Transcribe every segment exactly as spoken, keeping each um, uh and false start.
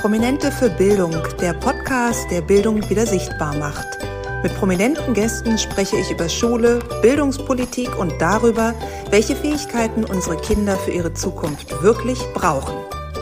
Prominente für Bildung, der Podcast, der Bildung wieder sichtbar macht. Mit prominenten Gästen spreche ich über Schule, Bildungspolitik und darüber, welche Fähigkeiten unsere Kinder für ihre Zukunft wirklich brauchen.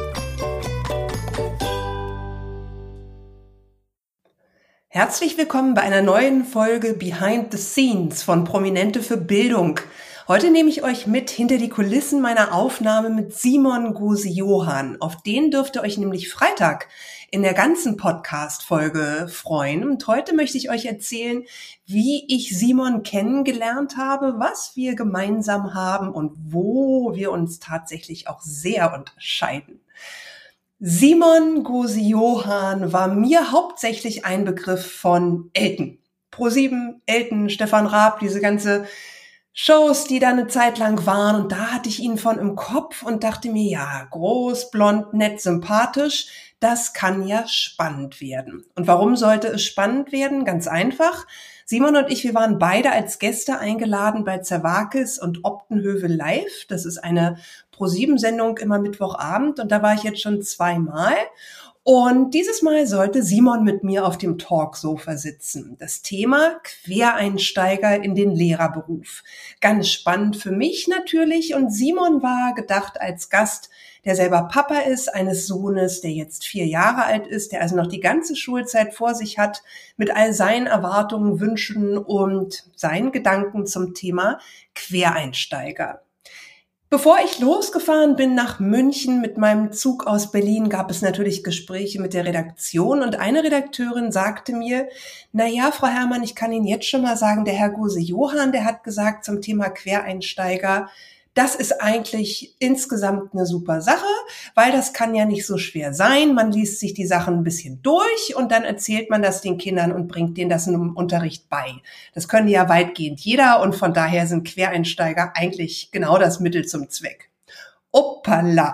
Herzlich willkommen bei einer neuen Folge Behind the Scenes von Prominente für Bildung. Heute nehme ich euch mit hinter die Kulissen meiner Aufnahme mit Simon Gose-Johann. Auf den dürft ihr euch nämlich Freitag in der ganzen Podcast-Folge freuen. Und heute möchte ich euch erzählen, wie ich Simon kennengelernt habe, was wir gemeinsam haben und wo wir uns tatsächlich auch sehr unterscheiden. Simon Gose-Johann war mir hauptsächlich ein Begriff von Elton. ProSieben, Elton, Stefan Raab, diese ganze Shows, die da eine Zeit lang waren, und da hatte ich ihn von im Kopf und dachte mir, ja, groß, blond, nett, sympathisch, das kann ja spannend werden. Und warum sollte es spannend werden? Ganz einfach. Simon und ich, wir waren beide als Gäste eingeladen bei Zervakis und Optenhövel Live. Das ist eine ProSieben-Sendung immer Mittwochabend, und da war ich jetzt schon zweimal. Und dieses Mal sollte Simon mit mir auf dem Talksofa sitzen. Das Thema Quereinsteiger in den Lehrerberuf. Ganz spannend für mich natürlich. Und Simon war gedacht als Gast, der selber Papa ist, eines Sohnes, der jetzt vier Jahre alt ist, der also noch die ganze Schulzeit vor sich hat, mit all seinen Erwartungen, Wünschen und seinen Gedanken zum Thema Quereinsteiger. Bevor ich losgefahren bin nach München mit meinem Zug aus Berlin, gab es natürlich Gespräche mit der Redaktion, und eine Redakteurin sagte mir, na ja, Frau Herrmann, ich kann Ihnen jetzt schon mal sagen, der Herr Gose-Johann, der hat gesagt zum Thema Quereinsteiger, das ist eigentlich insgesamt eine super Sache, weil das kann ja nicht so schwer sein. Man liest sich die Sachen ein bisschen durch und dann erzählt man das den Kindern und bringt denen das im Unterricht bei. Das können ja weitgehend jeder, und von daher sind Quereinsteiger eigentlich genau das Mittel zum Zweck. Oppala!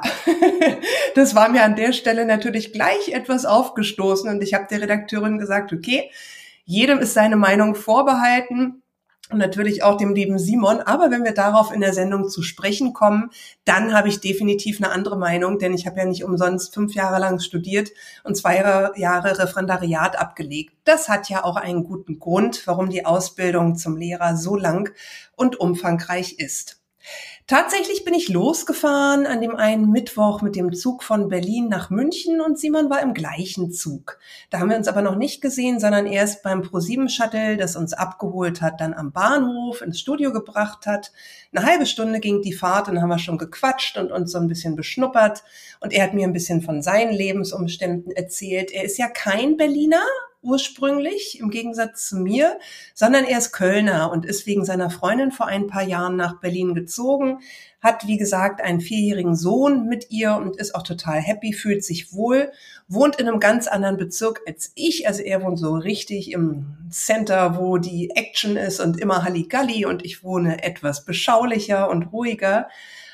Das war mir an der Stelle natürlich gleich etwas aufgestoßen, und ich habe der Redakteurin gesagt, okay, jedem ist seine Meinung vorbehalten. Und natürlich auch dem lieben Simon. Aber wenn wir darauf in der Sendung zu sprechen kommen, dann habe ich definitiv eine andere Meinung, denn ich habe ja nicht umsonst fünf Jahre lang studiert und zwei Jahre Referendariat abgelegt. Das hat ja auch einen guten Grund, warum die Ausbildung zum Lehrer so lang und umfangreich ist. Tatsächlich bin ich losgefahren an dem einen Mittwoch mit dem Zug von Berlin nach München, und Simon war im gleichen Zug. Da haben wir uns aber noch nicht gesehen, sondern erst beim ProSieben-Shuttle, das uns abgeholt hat, dann am Bahnhof ins Studio gebracht hat. Eine halbe Stunde ging die Fahrt, und dann haben wir schon gequatscht und uns so ein bisschen beschnuppert. Und er hat mir ein bisschen von seinen Lebensumständen erzählt. Er ist ja kein Berliner ursprünglich, im Gegensatz zu mir, sondern er ist Kölner und ist wegen seiner Freundin vor ein paar Jahren nach Berlin gezogen, hat, wie gesagt, einen vierjährigen Sohn mit ihr und ist auch total happy, fühlt sich wohl, wohnt in einem ganz anderen Bezirk als ich. Also er wohnt so richtig im Center, wo die Action ist und immer Halligalli, und ich wohne etwas beschaulicher und ruhiger.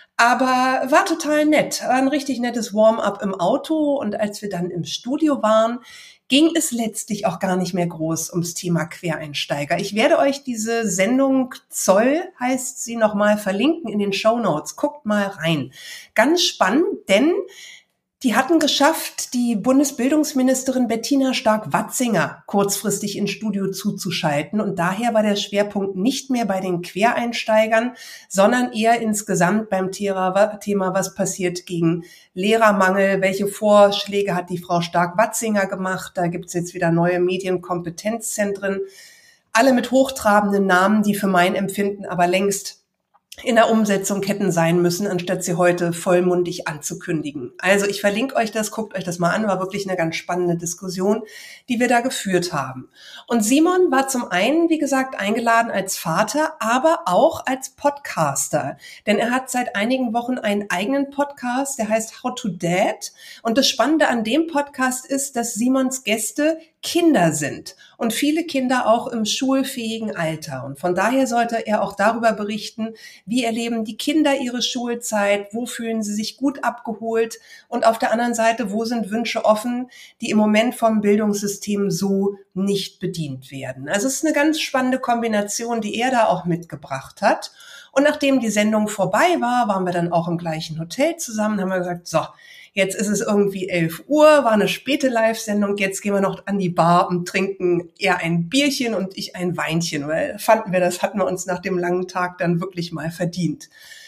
Aber war total nett, war ein richtig nettes Warm-up im Auto, und als wir dann im Studio waren, ging es letztlich auch gar nicht mehr groß ums Thema Quereinsteiger. Ich werde euch diese Sendung Zoll, heißt sie, nochmal verlinken in den Shownotes. Guckt mal rein. Ganz spannend, denn die hatten geschafft, die Bundesbildungsministerin Bettina Stark-Watzinger kurzfristig ins Studio zuzuschalten. Und daher war der Schwerpunkt nicht mehr bei den Quereinsteigern, sondern eher insgesamt beim Thema, was passiert gegen Lehrermangel, welche Vorschläge hat die Frau Stark-Watzinger gemacht. Da gibt's jetzt wieder neue Medienkompetenzzentren, alle mit hochtrabenden Namen, die für mein Empfinden aber längst in der Umsetzung hätten sein müssen, anstatt sie heute vollmundig anzukündigen. Also ich verlinke euch das, guckt euch das mal an, war wirklich eine ganz spannende Diskussion, die wir da geführt haben. Und Simon war zum einen, wie gesagt, eingeladen als Vater, aber auch als Podcaster. Denn er hat seit einigen Wochen einen eigenen Podcast, der heißt How to Dad. Und das Spannende an dem Podcast ist, dass Simons Gäste Kinder sind und viele Kinder auch im schulfähigen Alter. Und von daher sollte er auch darüber berichten, wie erleben die Kinder ihre Schulzeit, wo fühlen sie sich gut abgeholt, und auf der anderen Seite, wo sind Wünsche offen, die im Moment vom Bildungssystem so nicht bedient werden. Also es ist eine ganz spannende Kombination, die er da auch mitgebracht hat. Und nachdem die Sendung vorbei war, waren wir dann auch im gleichen Hotel zusammen, haben wir gesagt, so, Jetzt ist es irgendwie elf Uhr, war eine späte Live-Sendung, jetzt gehen wir noch an die Bar und trinken eher ein Bierchen und ich ein Weinchen, weil fanden wir, das hatten wir uns nach dem langen Tag dann wirklich mal verdient.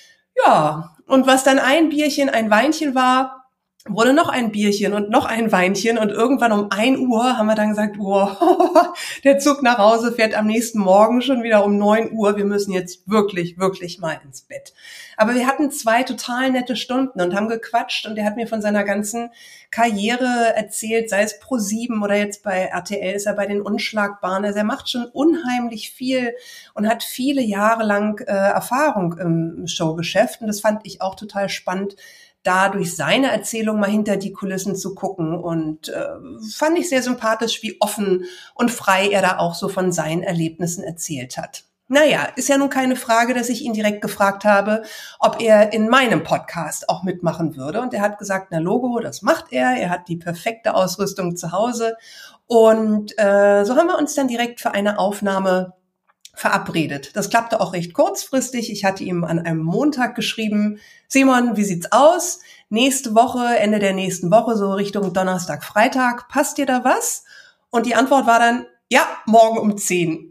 Ja, und was dann ein Bierchen, ein Weinchen war, wurde noch ein Bierchen und noch ein Weinchen und irgendwann um ein Uhr haben wir dann gesagt, wow, der Zug nach Hause fährt am nächsten Morgen schon wieder um neun Uhr, wir müssen jetzt wirklich, wirklich mal ins Bett. Aber wir hatten zwei total nette Stunden und haben gequatscht und er hat mir von seiner ganzen Karriere erzählt, sei es ProSieben oder jetzt bei R T L ist er bei den Unschlagbaren. Also er macht schon unheimlich viel und hat viele Jahre lang äh, Erfahrung im Showgeschäft und das fand ich auch total spannend, da durch seine Erzählung mal hinter die Kulissen zu gucken und äh, fand ich sehr sympathisch, wie offen und frei er da auch so von seinen Erlebnissen erzählt hat. Naja, ist ja nun keine Frage, dass ich ihn direkt gefragt habe, ob er in meinem Podcast auch mitmachen würde. Und er hat gesagt, na Logo, das macht er. Er hat die perfekte Ausrüstung zu Hause. Und äh, so haben wir uns dann direkt für eine Aufnahme verabredet. Das klappte auch recht kurzfristig. Ich hatte ihm an einem Montag geschrieben, Simon, wie sieht's aus? Nächste Woche, Ende der nächsten Woche, so Richtung Donnerstag, Freitag, passt dir da was? Und die Antwort war dann, ja, morgen um zehn.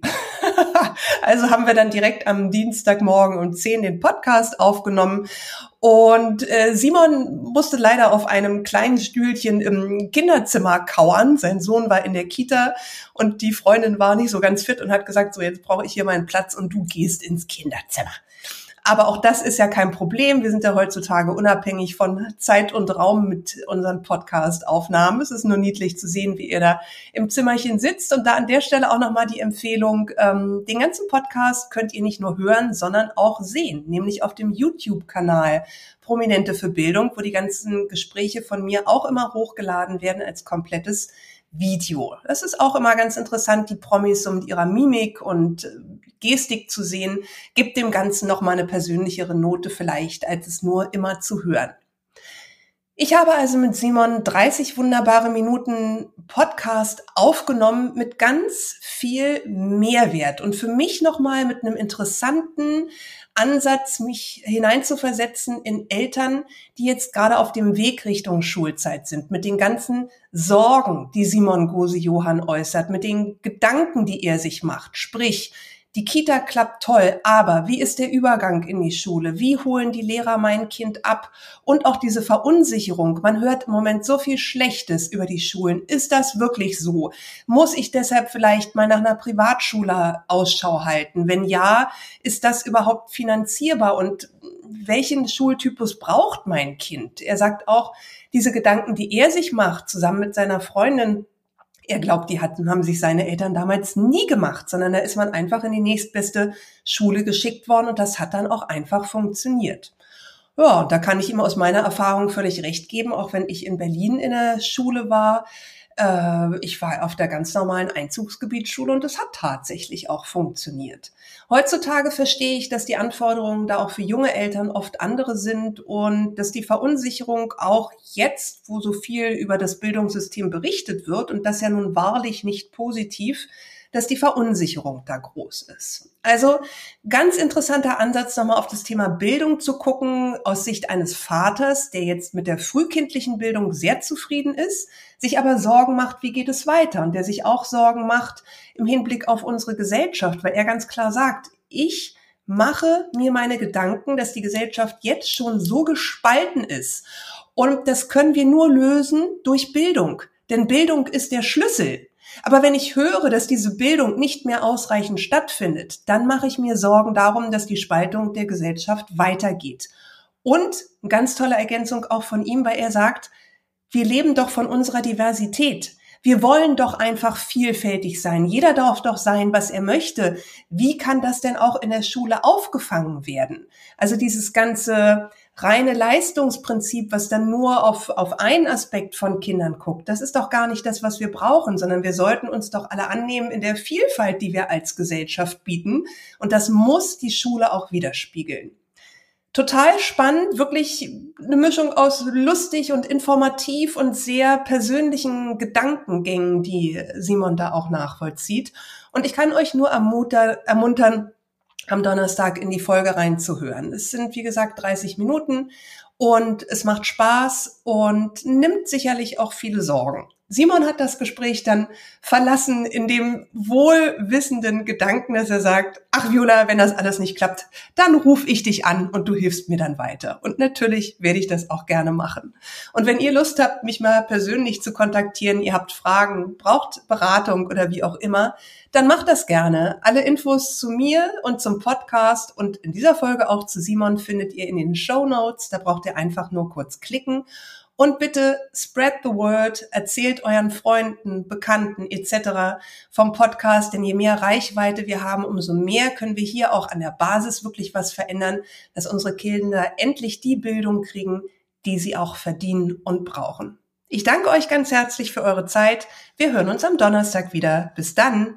Also haben wir dann direkt am Dienstagmorgen um zehn den Podcast aufgenommen. Und äh, Simon musste leider auf einem kleinen Stühlchen im Kinderzimmer kauern. Sein Sohn war in der Kita und die Freundin war nicht so ganz fit und hat gesagt, so jetzt brauche ich hier meinen Platz und du gehst ins Kinderzimmer. Aber auch das ist ja kein Problem. Wir sind ja heutzutage unabhängig von Zeit und Raum mit unseren Podcast-Aufnahmen. Es ist nur niedlich zu sehen, wie ihr da im Zimmerchen sitzt. Und da an der Stelle auch nochmal die Empfehlung, ähm, den ganzen Podcast könnt ihr nicht nur hören, sondern auch sehen. Nämlich auf dem YouTube-Kanal Prominente für Bildung, wo die ganzen Gespräche von mir auch immer hochgeladen werden als komplettes Video. Das ist auch immer ganz interessant, die Promis so mit ihrer Mimik und Gestik zu sehen, gibt dem Ganzen nochmal eine persönlichere Note vielleicht, als es nur immer zu hören. Ich habe also mit Simon dreißig wunderbare Minuten Podcast aufgenommen mit ganz viel Mehrwert und für mich nochmal mit einem interessanten Ansatz, mich hineinzuversetzen in Eltern, die jetzt gerade auf dem Weg Richtung Schulzeit sind, mit den ganzen Sorgen, die Simon Gose-Johann äußert, mit den Gedanken, die er sich macht. Sprich, die Kita klappt toll, aber wie ist der Übergang in die Schule? Wie holen die Lehrer mein Kind ab? Und auch diese Verunsicherung. Man hört im Moment so viel Schlechtes über die Schulen. Ist das wirklich so? Muss ich deshalb vielleicht mal nach einer Privatschule Ausschau halten? Wenn ja, ist das überhaupt finanzierbar? Und welchen Schultypus braucht mein Kind? Er sagt auch, diese Gedanken, die er sich macht, zusammen mit seiner Freundin, er glaubt, die hatten, haben sich seine Eltern damals nie gemacht, sondern da ist man einfach in die nächstbeste Schule geschickt worden und das hat dann auch einfach funktioniert. Ja, da kann ich ihm aus meiner Erfahrung völlig recht geben, auch wenn ich in Berlin in der Schule war. Äh, ich war auf der ganz normalen Einzugsgebietsschule und es hat tatsächlich auch funktioniert. Heutzutage verstehe ich, dass die Anforderungen da auch für junge Eltern oft andere sind und dass die Verunsicherung auch jetzt, wo so viel über das Bildungssystem berichtet wird und das ja nun wahrlich nicht positiv, dass die Verunsicherung da groß ist. Also ganz interessanter Ansatz, nochmal auf das Thema Bildung zu gucken, aus Sicht eines Vaters, der jetzt mit der frühkindlichen Bildung sehr zufrieden ist, sich aber Sorgen macht, wie geht es weiter? Und der sich auch Sorgen macht im Hinblick auf unsere Gesellschaft, weil er ganz klar sagt, ich mache mir meine Gedanken, dass die Gesellschaft jetzt schon so gespalten ist. Und das können wir nur lösen durch Bildung. Denn Bildung ist der Schlüssel. Aber wenn ich höre, dass diese Bildung nicht mehr ausreichend stattfindet, dann mache ich mir Sorgen darum, dass die Spaltung der Gesellschaft weitergeht. Und eine ganz tolle Ergänzung auch von ihm, weil er sagt, wir leben doch von unserer Diversität. Wir wollen doch einfach vielfältig sein. Jeder darf doch sein, was er möchte. Wie kann das denn auch in der Schule aufgefangen werden? Also dieses ganze reine Leistungsprinzip, was dann nur auf, auf einen Aspekt von Kindern guckt, das ist doch gar nicht das, was wir brauchen, sondern wir sollten uns doch alle annehmen in der Vielfalt, die wir als Gesellschaft bieten. Und das muss die Schule auch widerspiegeln. Total spannend, wirklich eine Mischung aus lustig und informativ und sehr persönlichen Gedankengängen, die Simon da auch nachvollzieht. Und ich kann euch nur ermuntern, am Donnerstag in die Folge reinzuhören. Es sind, wie gesagt, dreißig Minuten und es macht Spaß und nimmt sicherlich auch viele Sorgen. Simon hat das Gespräch dann verlassen in dem wohlwissenden Gedanken, dass er sagt, ach Viola, wenn das alles nicht klappt, dann rufe ich dich an und du hilfst mir dann weiter. Und natürlich werde ich das auch gerne machen. Und wenn ihr Lust habt, mich mal persönlich zu kontaktieren, ihr habt Fragen, braucht Beratung oder wie auch immer, dann macht das gerne. Alle Infos zu mir und zum Podcast und in dieser Folge auch zu Simon findet ihr in den Shownotes. Da braucht ihr einfach nur kurz klicken. Und bitte spread the word, erzählt euren Freunden, Bekannten et cetera vom Podcast, denn je mehr Reichweite wir haben, umso mehr können wir hier auch an der Basis wirklich was verändern, dass unsere Kinder endlich die Bildung kriegen, die sie auch verdienen und brauchen. Ich danke euch ganz herzlich für eure Zeit. Wir hören uns am Donnerstag wieder. Bis dann!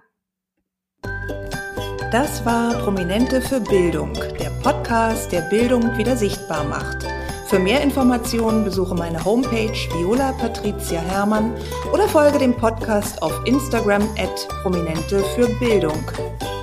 Das war Prominente für Bildung, der Podcast, der Bildung wieder sichtbar macht. Für mehr Informationen besuche meine Homepage Viola Patricia Herrmann oder folge dem Podcast auf Instagram at Prominente für Bildung.